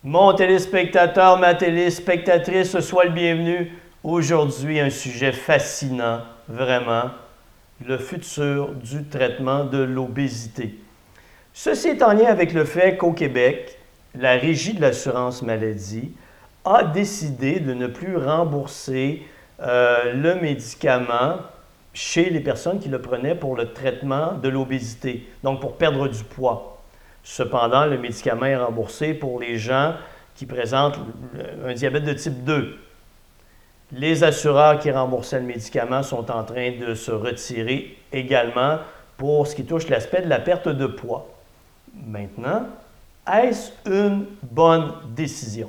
Mon téléspectateur, ma téléspectatrice, sois le bienvenu. Aujourd'hui, un sujet fascinant, vraiment, le futur du traitement de l'obésité. Ceci est en lien avec le fait qu'au Québec, la Régie de l'assurance maladie a décidé de ne plus rembourser le médicament chez les personnes qui le prenaient pour le traitement de l'obésité, donc pour perdre du poids. Cependant, le médicament est remboursé pour les gens qui présentent un diabète de type 2. Les assureurs qui remboursaient le médicament sont en train de se retirer également pour ce qui touche l'aspect de la perte de poids. Maintenant, est-ce une bonne décision?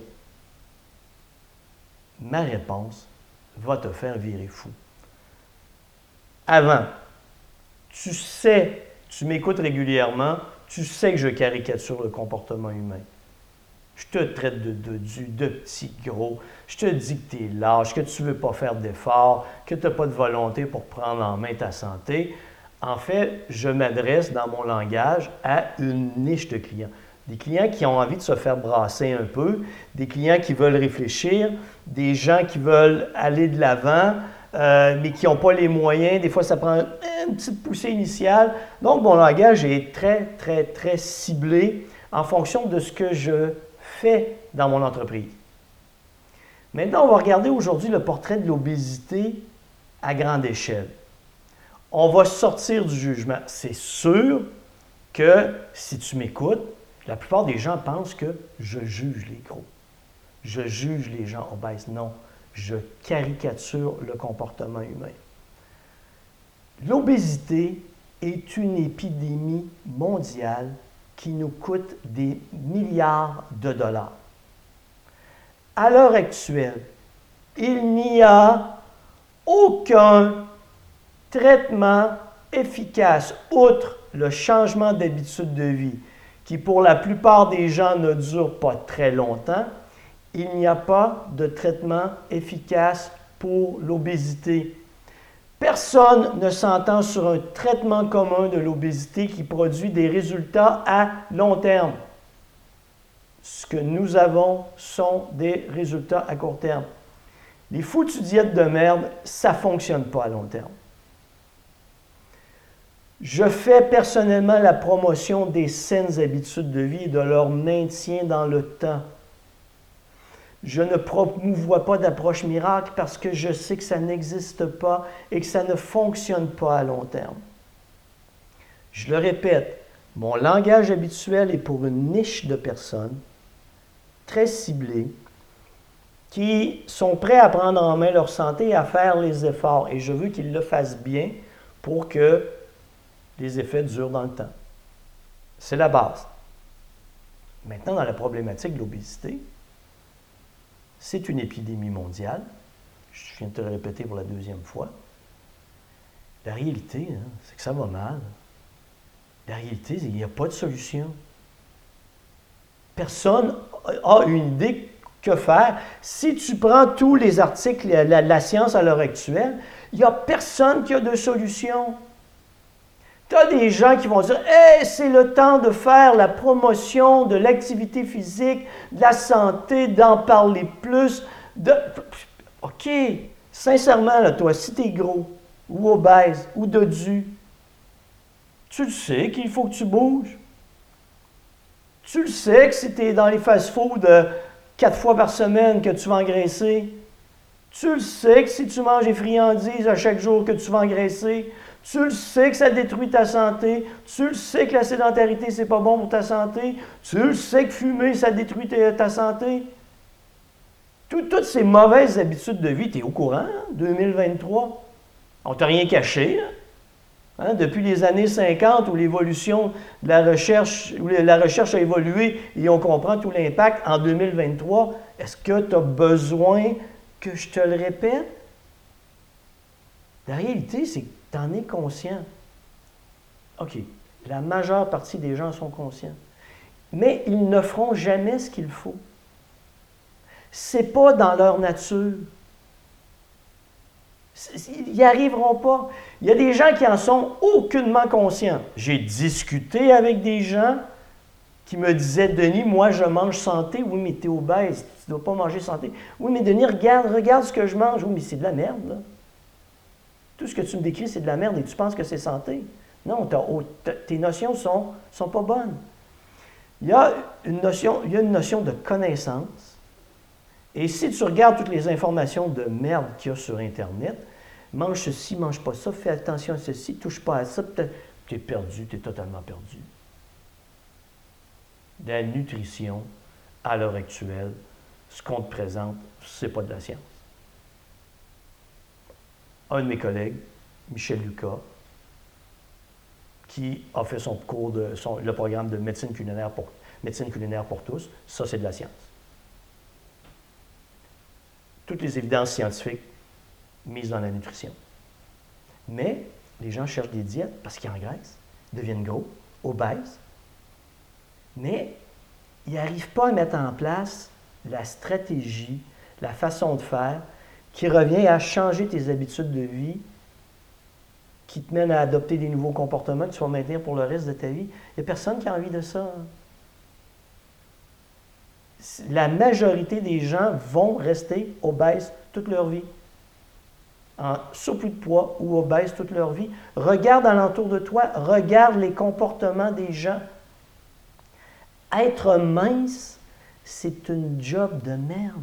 Ma réponse va te faire virer fou. Avant, tu sais, tu m'écoutes régulièrement, tu sais que je caricature le comportement humain. Je te traite de dodu, de petit gros. Je te dis que tu es lâche, que tu ne veux pas faire d'efforts, que tu n'as pas de volonté pour prendre en main ta santé. En fait, je m'adresse dans mon langage à une niche de clients. Des clients qui ont envie de se faire brasser un peu, des clients qui veulent réfléchir, des gens qui veulent aller de l'avant, mais qui n'ont pas les moyens. Des fois, ça prend une petite poussée initiale. Donc, mon langage est très ciblé en fonction de ce que je fais dans mon entreprise. Maintenant, on va regarder aujourd'hui le portrait de l'obésité à grande échelle. On va sortir du jugement. C'est sûr que si tu m'écoutes, la plupart des gens pensent que je juge les gros. Je juge les gens obèses. Non, je caricature le comportement humain. L'obésité est une épidémie mondiale qui nous coûte des milliards de dollars. À l'heure actuelle, il n'y a aucun traitement efficace, outre le changement d'habitude de vie, qui pour la plupart des gens ne dure pas très longtemps. Il n'y a pas de traitement efficace pour l'obésité. Personne ne s'entend sur un traitement commun de l'obésité qui produit des résultats à long terme. Ce que nous avons sont des résultats à court terme. Les foutues diètes de merde, ça ne fonctionne pas à long terme. Je fais personnellement la promotion des saines habitudes de vie et de leur maintien dans le temps. Je ne promouvois pas d'approche miracle parce que je sais que ça n'existe pas et que ça ne fonctionne pas à long terme. Je le répète, mon langage habituel est pour une niche de personnes très ciblées qui sont prêts à prendre en main leur santé et à faire les efforts. Et je veux qu'ils le fassent bien pour que les effets durent dans le temps. C'est la base. Maintenant, dans la problématique de l'obésité, c'est une épidémie mondiale. Je viens de te le répéter pour la deuxième fois. La réalité, c'est que ça va mal. La réalité, c'est qu'il n'y a pas de solution. Personne a une idée que faire. Si tu prends tous les articles, la science à l'heure actuelle, il n'y a personne qui a de solution. Tu as des gens qui vont dire « Hey, c'est le temps de faire la promotion de l'activité physique, de la santé, d'en parler plus. » OK, sincèrement, là, toi, si tu es gros, ou obèse, ou dodu, tu le sais qu'il faut que tu bouges. Tu le sais que si tu es dans les fast-foods 4 fois par semaine que tu vas engraisser. Tu le sais que si tu manges des friandises à chaque jour que tu vas engraisser. Tu le sais que ça détruit ta santé. Tu le sais que la sédentarité, c'est pas bon pour ta santé. Tu le sais que fumer, ça détruit ta santé. Toutes ces mauvaises habitudes de vie, tu es au courant, 2023. On t'a rien caché. Depuis les années 50 où l'évolution de la recherche, où la recherche a évolué et on comprend tout l'impact, en 2023, est-ce que tu as besoin que je te le répète? La réalité, c'est que tu en es conscient. OK, la majeure partie des gens sont conscients. Mais ils ne feront jamais ce qu'il faut. Ce n'est pas dans leur nature. Ils n'y arriveront pas. Il y a des gens qui en sont aucunement conscients. J'ai discuté avec des gens qui me disait, Denis, moi je mange santé. Oui, mais tu es obèse, tu ne dois pas manger santé. Oui, mais Denis, regarde ce que je mange. Oui, mais c'est de la merde, là. Tout ce que tu me décris, c'est de la merde et tu penses que c'est santé. Non, tes notions sont pas bonnes. Il y a une notion de connaissance. Et si tu regardes toutes les informations de merde qu'il y a sur Internet, mange ceci, mange pas ça, fais attention à ceci, touche pas à ça, tu es perdu, tu es totalement perdu. La nutrition, à l'heure actuelle, ce qu'on te présente, c'est pas de la science. Un de mes collègues, Michel Lucas, qui a fait son cours le programme de médecine culinaire pour tous, ça c'est de la science. Toutes les évidences scientifiques mises dans la nutrition. Mais les gens cherchent des diètes parce qu'ils engraissent, deviennent gros, obèses, mais ils n'arrivent pas à mettre en place la stratégie, la façon de faire qui revient à changer tes habitudes de vie, qui te mène à adopter des nouveaux comportements que tu vas maintenir pour le reste de ta vie. Il n'y a personne qui a envie de ça. La majorité des gens vont rester obèses toute leur vie, en surplus de poids ou obèses toute leur vie. Regarde alentour de toi, regarde les comportements des gens. Être mince, c'est une job de merde.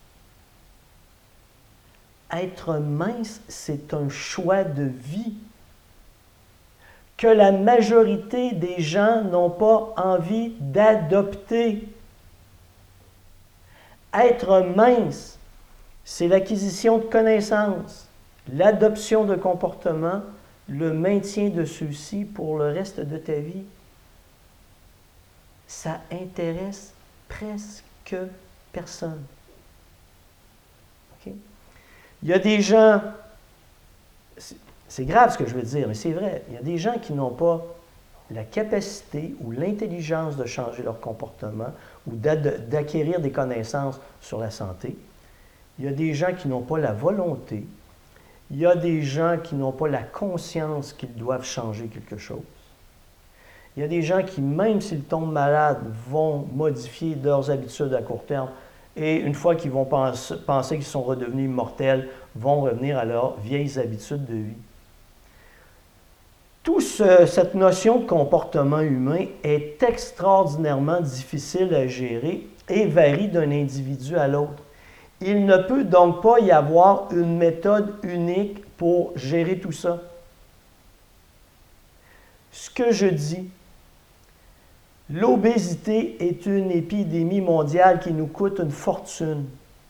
Être mince, c'est un choix de vie que la majorité des gens n'ont pas envie d'adopter. Être mince, c'est l'acquisition de connaissances, l'adoption de comportements, le maintien de ceux-ci pour le reste de ta vie. Ça intéresse presque personne. Okay? Il y a des gens, c'est grave ce que je veux dire, mais c'est vrai, il y a des gens qui n'ont pas la capacité ou l'intelligence de changer leur comportement ou d'acquérir des connaissances sur la santé. Il y a des gens qui n'ont pas la volonté. Il y a des gens qui n'ont pas la conscience qu'ils doivent changer quelque chose. Il y a des gens qui, même s'ils tombent malades, vont modifier leurs habitudes à court terme et une fois qu'ils vont penser qu'ils sont redevenus immortels, vont revenir à leurs vieilles habitudes de vie. Cette notion de comportement humain est extraordinairement difficile à gérer et varie d'un individu à l'autre. Il ne peut donc pas y avoir une méthode unique pour gérer tout ça. Ce que je dis, l'obésité est une épidémie mondiale qui nous coûte une fortune.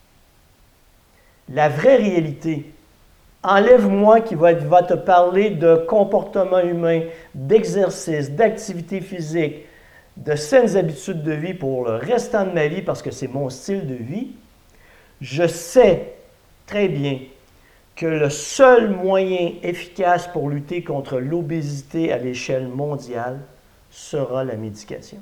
La vraie réalité, enlève-moi qui va te parler de comportement humain, d'exercice, d'activité physique, de saines habitudes de vie pour le restant de ma vie parce que c'est mon style de vie. Je sais très bien que le seul moyen efficace pour lutter contre l'obésité à l'échelle mondiale sera la médication.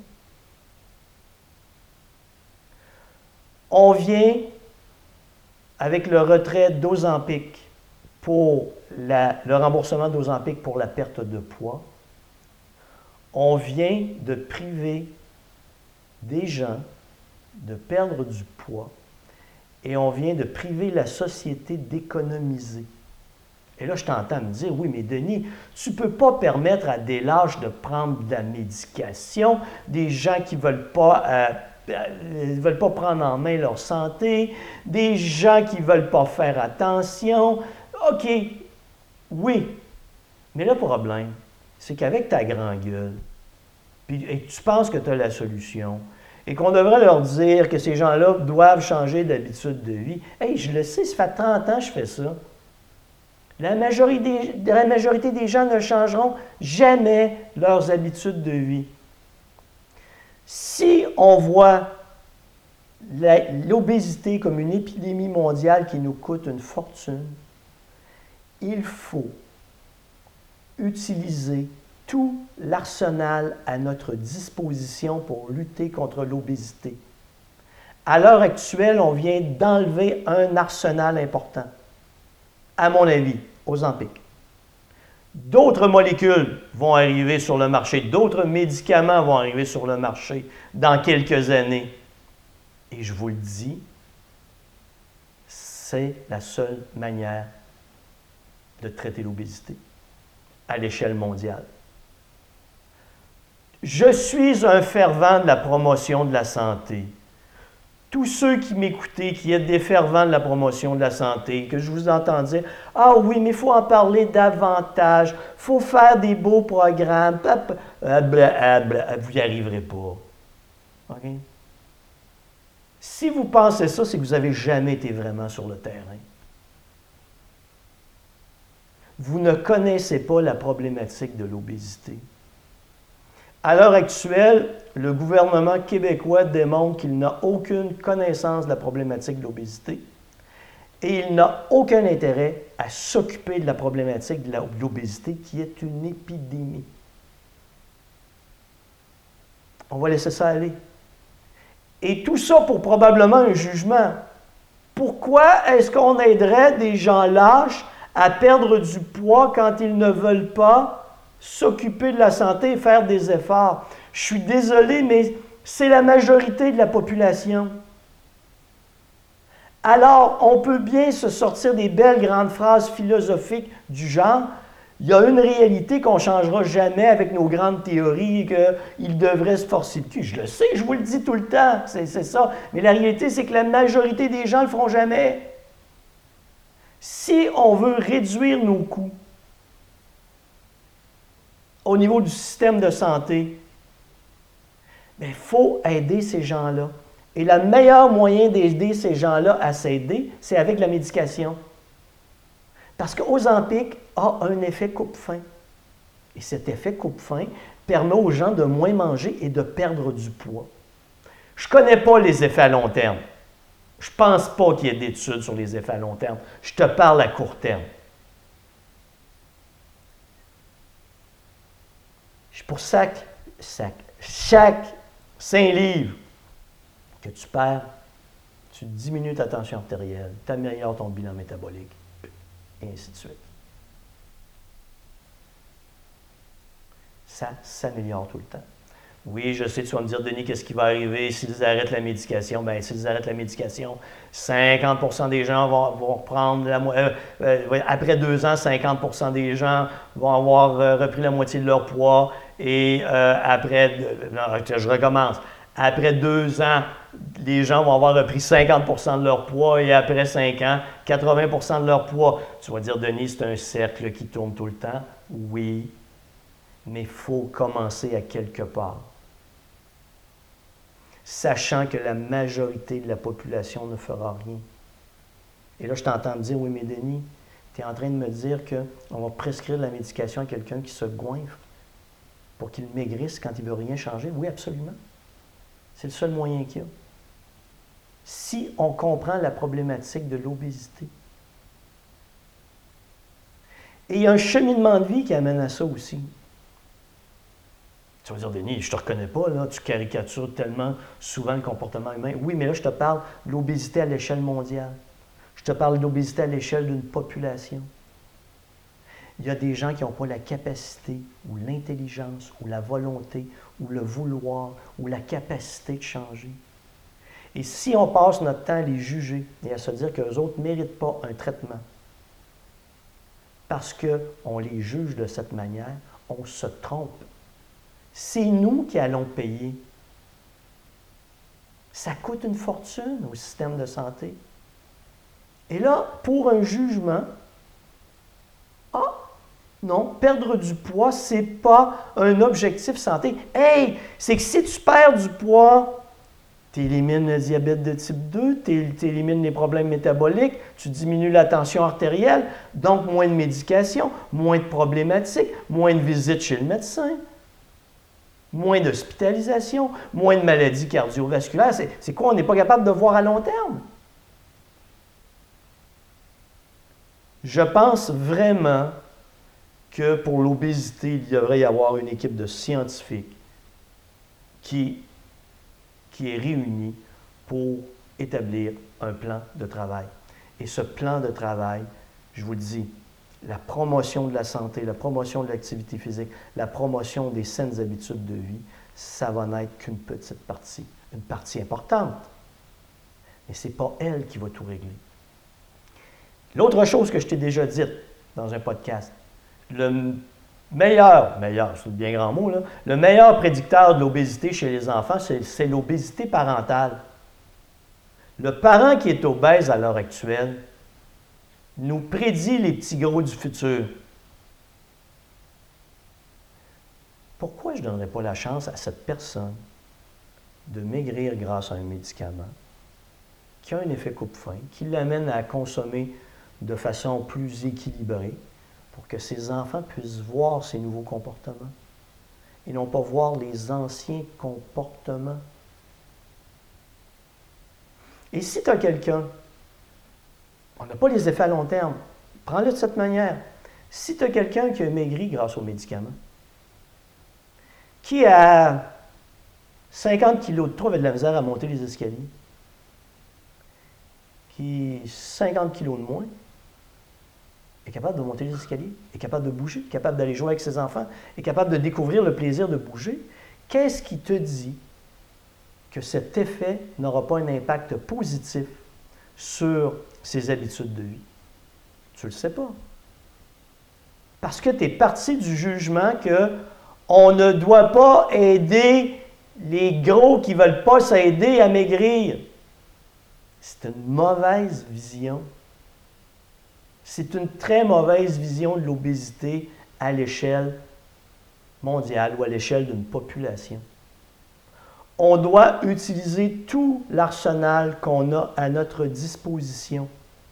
On vient avec le retrait d'Ozempic pour le remboursement d'Ozempic pour la perte de poids. On vient de priver des gens de perdre du poids et on vient de priver la société d'économiser. Et là, je t'entends me dire, oui, mais Denis, tu ne peux pas permettre à des lâches de prendre de la médication, des gens qui ne veulent pas prendre en main leur santé, des gens qui ne veulent pas faire attention. OK, oui, mais le problème, c'est qu'avec ta grande gueule, et tu penses que tu as la solution, et qu'on devrait leur dire que ces gens-là doivent changer d'habitude de vie. Hey, je le sais, ça fait 30 ans que je fais ça. La majorité des gens ne changeront jamais leurs habitudes de vie. Si on voit l'obésité comme une épidémie mondiale qui nous coûte une fortune, il faut utiliser tout l'arsenal à notre disposition pour lutter contre l'obésité. À l'heure actuelle, on vient d'enlever un arsenal important, à mon avis, Ozempic. D'autres molécules vont arriver sur le marché, d'autres médicaments vont arriver sur le marché dans quelques années. Et je vous le dis, c'est la seule manière de traiter l'obésité à l'échelle mondiale. Je suis un fervent de la promotion de la santé. Tous ceux qui m'écoutaient, qui êtes des fervents de la promotion de la santé, que je vous entends dire « Ah oui, mais il faut en parler davantage, il faut faire des beaux programmes, vous n'y arriverez pas. » OK? Si vous pensez ça, c'est que vous n'avez jamais été vraiment sur le terrain. Vous ne connaissez pas la problématique de l'obésité. À l'heure actuelle, le gouvernement québécois démontre qu'il n'a aucune connaissance de la problématique de l'obésité et il n'a aucun intérêt à s'occuper de la problématique de l'obésité qui est une épidémie. On va laisser ça aller. Et tout ça pour probablement un jugement. Pourquoi est-ce qu'on aiderait des gens lâches à perdre du poids quand ils ne veulent pas s'occuper de la santé et faire des efforts? Je suis désolé, mais c'est la majorité de la population. Alors, on peut bien se sortir des belles grandes phrases philosophiques du genre « Il y a une réalité qu'on ne changera jamais avec nos grandes théories, qu'il devrait se forcer le cul. » Je le sais, je vous le dis tout le temps, c'est ça. Mais la réalité, c'est que la majorité des gens ne le feront jamais. Si on veut réduire nos coûts au niveau du système de santé, il faut aider ces gens-là. Et le meilleur moyen d'aider ces gens-là à s'aider, c'est avec la médication. Parce qu'Ozempic a un effet coupe-faim. Et cet effet coupe-faim permet aux gens de moins manger et de perdre du poids. Je ne connais pas les effets à long terme. Je ne pense pas qu'il y ait d'études sur les effets à long terme. Je te parle à court terme. Pour chaque 5 livres que tu perds, tu diminues ta tension artérielle, tu améliores ton bilan métabolique, et ainsi de suite. Ça s'améliore tout le temps. Oui, je sais, tu vas me dire, Denis, qu'est-ce qui va arriver s'ils arrêtent la médication? Bien, s'ils arrêtent la médication, 50% des gens vont reprendre après 2 ans, 50% des gens vont avoir repris la moitié de leur poids et je recommence. Après 2 ans, les gens vont avoir repris 50% de leur poids et après 5 ans, 80% de leur poids. Tu vas dire, Denis, c'est un cercle qui tourne tout le temps. Oui, mais il faut commencer à quelque part. Sachant que la majorité de la population ne fera rien. Et là, je t'entends me dire, oui, mais Denis, tu es en train de me dire qu'on va prescrire de la médication à quelqu'un qui se goinfre pour qu'il maigrisse quand il ne veut rien changer? Oui, absolument. C'est le seul moyen qu'il y a. Si on comprend la problématique de l'obésité. Et il y a un cheminement de vie qui amène à ça aussi. Tu vas dire, Denis, je ne te reconnais pas, là, tu caricatures tellement souvent le comportement humain. Oui, mais là, je te parle de l'obésité à l'échelle mondiale. Je te parle de l'obésité à l'échelle d'une population. Il y a des gens qui n'ont pas la capacité, ou l'intelligence, ou la volonté, ou le vouloir, ou la capacité de changer. Et si on passe notre temps à les juger et à se dire qu'eux autres ne méritent pas un traitement, parce qu'on les juge de cette manière, on se trompe. C'est nous qui allons payer. Ça coûte une fortune au système de santé. Et là, pour un jugement, non, perdre du poids, ce n'est pas un objectif santé. Hey, c'est que si tu perds du poids, tu élimines le diabète de type 2, tu élimines les problèmes métaboliques, tu diminues la tension artérielle, donc moins de médication, moins de problématiques, moins de visites chez le médecin, moins d'hospitalisation, moins de maladies cardiovasculaires. C'est quoi? On n'est pas capable de voir à long terme. Je pense vraiment que pour l'obésité, il devrait y avoir une équipe de scientifiques qui est réunie pour établir un plan de travail. Et ce plan de travail, je vous le dis, la promotion de la santé, la promotion de l'activité physique, la promotion des saines habitudes de vie, ça va n'être qu'une petite partie, une partie importante. Mais ce n'est pas elle qui va tout régler. L'autre chose que je t'ai déjà dite dans un podcast, le meilleur, c'est un bien grand mot, là, le meilleur prédicteur de l'obésité chez les enfants, c'est l'obésité parentale. Le parent qui est obèse à l'heure actuelle nous prédit les petits gros du futur. Pourquoi je ne donnerais pas la chance à cette personne de maigrir grâce à un médicament qui a un effet coupe-faim, qui l'amène à consommer de façon plus équilibrée pour que ses enfants puissent voir ces nouveaux comportements et non pas voir les anciens comportements? Et si tu as quelqu'un, on n'a pas les effets à long terme, prends-le de cette manière. Si tu as quelqu'un qui a maigri grâce aux médicaments, qui a 50 kilos de trop avait de la misère à monter les escaliers, qui 50 kilos de moins, est capable de monter les escaliers, est capable de bouger, est capable d'aller jouer avec ses enfants, est capable de découvrir le plaisir de bouger, qu'est-ce qui te dit que cet effet n'aura pas un impact positif sur ses habitudes de vie? Tu ne le sais pas. Parce que tu es parti du jugement qu'on ne doit pas aider les gros qui ne veulent pas s'aider à maigrir. C'est une mauvaise vision. C'est une très mauvaise vision de l'obésité à l'échelle mondiale ou à l'échelle d'une population. On doit utiliser tout l'arsenal qu'on a à notre disposition.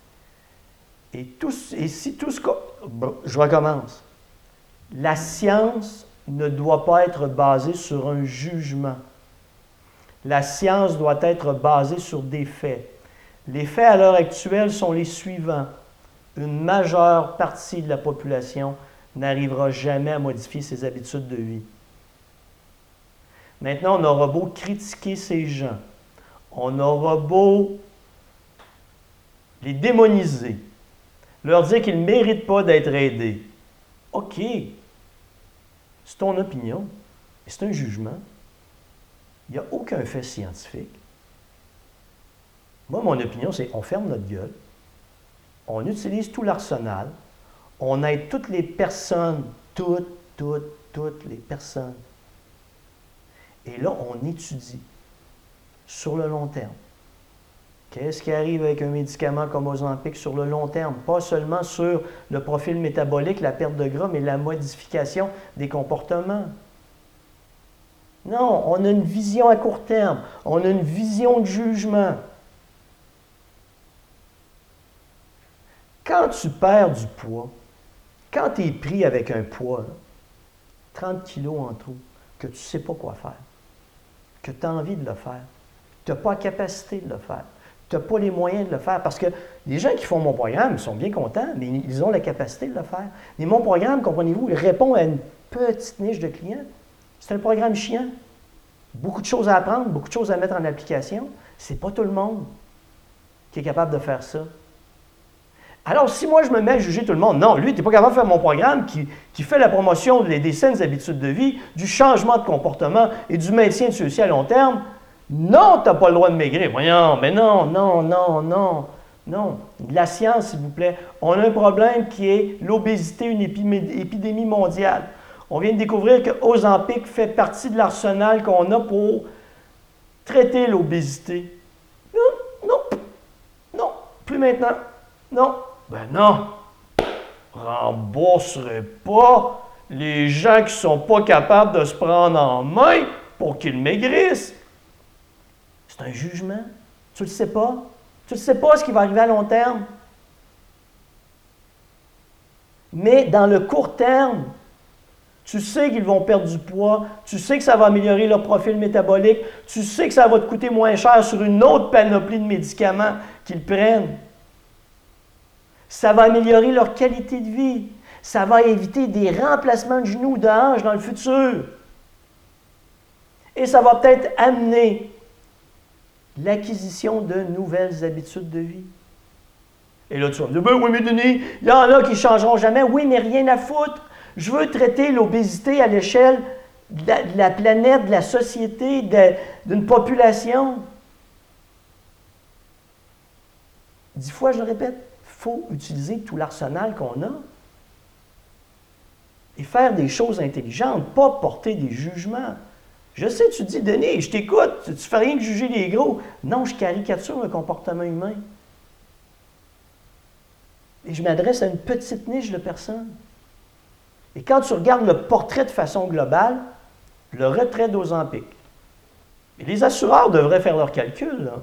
Je recommence. La science ne doit pas être basée sur un jugement. La science doit être basée sur des faits. Les faits à l'heure actuelle sont les suivants. Une majeure partie de la population n'arrivera jamais à modifier ses habitudes de vie. Maintenant, on aura beau critiquer ces gens, on aura beau les démoniser, leur dire qu'ils ne méritent pas d'être aidés. OK, c'est ton opinion, et c'est un jugement. Il n'y a aucun fait scientifique. Moi, mon opinion, c'est qu'on ferme notre gueule, on utilise tout l'arsenal, on aide toutes les personnes, toutes les personnes. Et là, on étudie sur le long terme. Qu'est-ce qui arrive avec un médicament comme Ozempic sur le long terme? Pas seulement sur le profil métabolique, la perte de gras, mais la modification des comportements. Non, on a une vision à court terme. On a une vision de jugement. Quand tu perds du poids, quand tu es pris avec un poids, 30 kilos en trop, que tu ne sais pas quoi faire, que tu as envie de le faire, tu n'as pas la capacité de le faire, tu n'as pas les moyens de le faire, parce que les gens qui font mon programme sont bien contents, mais ils ont la capacité de le faire. Mais mon programme, comprenez-vous, il répond à une petite niche de clients. C'est un programme chiant. Beaucoup de choses à apprendre, beaucoup de choses à mettre en application. Ce n'est pas tout le monde qui est capable de faire ça. Alors, si moi, je me mets à juger tout le monde, non, lui, tu n'es pas capable de faire mon programme qui fait la promotion des saines habitudes de vie, du changement de comportement et du maintien de ceux-ci à long terme, non, tu n'as pas le droit de maigrir. Voyons, mais non. La science, s'il vous plaît. On a un problème qui est l'obésité, une épidémie mondiale. On vient de découvrir que Ozempic fait partie de l'arsenal qu'on a pour traiter l'obésité. Non, plus maintenant. Non. Ben non, rembourserai pas les gens qui ne sont pas capables de se prendre en main pour qu'ils maigrissent. C'est un jugement. Tu ne le sais pas. Tu ne sais pas ce qui va arriver à long terme. Mais dans le court terme, tu sais qu'ils vont perdre du poids, tu sais que ça va améliorer leur profil métabolique, tu sais que ça va te coûter moins cher sur une autre panoplie de médicaments qu'ils prennent. Ça va améliorer leur qualité de vie. Ça va éviter des remplacements de genoux, de hanches dans le futur. Et ça va peut-être amener l'acquisition de nouvelles habitudes de vie. Et là, tu vas me dire, ben oui, mais Denis, il y en a qui ne changeront jamais. Oui, mais rien à foutre. Je veux traiter l'obésité à l'échelle de la planète, de la société, d'une population. 10 fois, je le répète, il faut utiliser tout l'arsenal qu'on a et faire des choses intelligentes, pas porter des jugements. Je sais, tu dis, Denis, je t'écoute, tu ne fais rien que juger les gros. Non, je caricature le comportement humain. Et je m'adresse à une petite niche de personnes. Et quand tu regardes le portrait de façon globale, le retrait d'Ozempic. Et les assureurs devraient faire leurs calculs, là.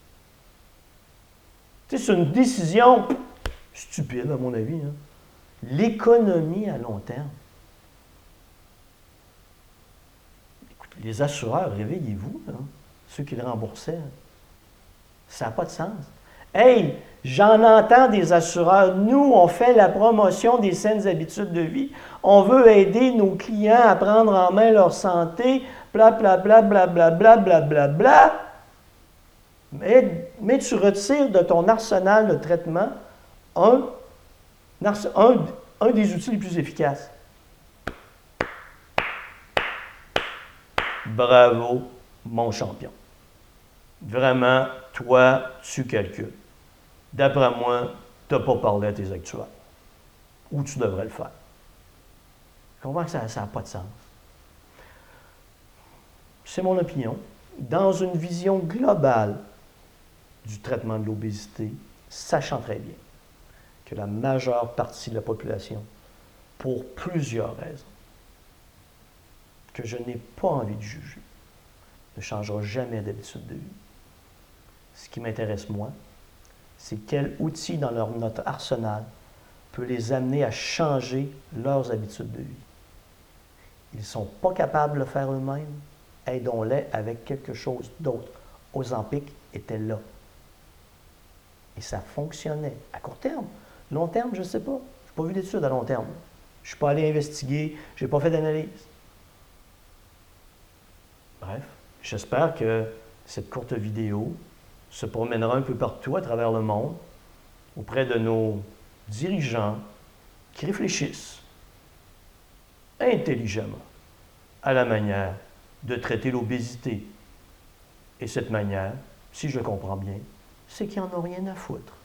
Tu sais, c'est une décision stupide, à mon avis. Hein. L'économie à long terme. Écoute, les assureurs, réveillez-vous, là, ceux qui le remboursaient. Ça n'a pas de sens. Hey, j'en entends des assureurs. Nous, on fait la promotion des saines habitudes de vie. On veut aider nos clients à prendre en main leur santé, bla, bla, bla, bla, bla, bla, bla, bla, bla. Mais tu retires de ton arsenal de traitement un des outils les plus efficaces. Bravo, mon champion. Vraiment, toi, tu calcules. D'après moi, tu n'as pas parlé à tes actuaires. Ou tu devrais le faire. Je comprends que ça n'a pas de sens. C'est mon opinion. Dans une vision globale du traitement de l'obésité, sachant très bien que la majeure partie de la population, pour plusieurs raisons, que je n'ai pas envie de juger, ne changera jamais d'habitude de vie. Ce qui m'intéresse, moi, c'est quel outil dans notre arsenal peut les amener à changer leurs habitudes de vie. Ils ne sont pas capables de le faire eux-mêmes, aidons-les avec quelque chose d'autre. Ozempic était là. Et ça fonctionnait à court terme. Long terme, je ne sais pas. Je n'ai pas vu d'études à long terme. Je ne suis pas allé investiguer, je n'ai pas fait d'analyse. Bref, j'espère que cette courte vidéo se promènera un peu partout à travers le monde, auprès de nos dirigeants qui réfléchissent intelligemment à la manière de traiter l'obésité. Et cette manière, si je le comprends bien, c'est qu'ils n'en ont rien à foutre.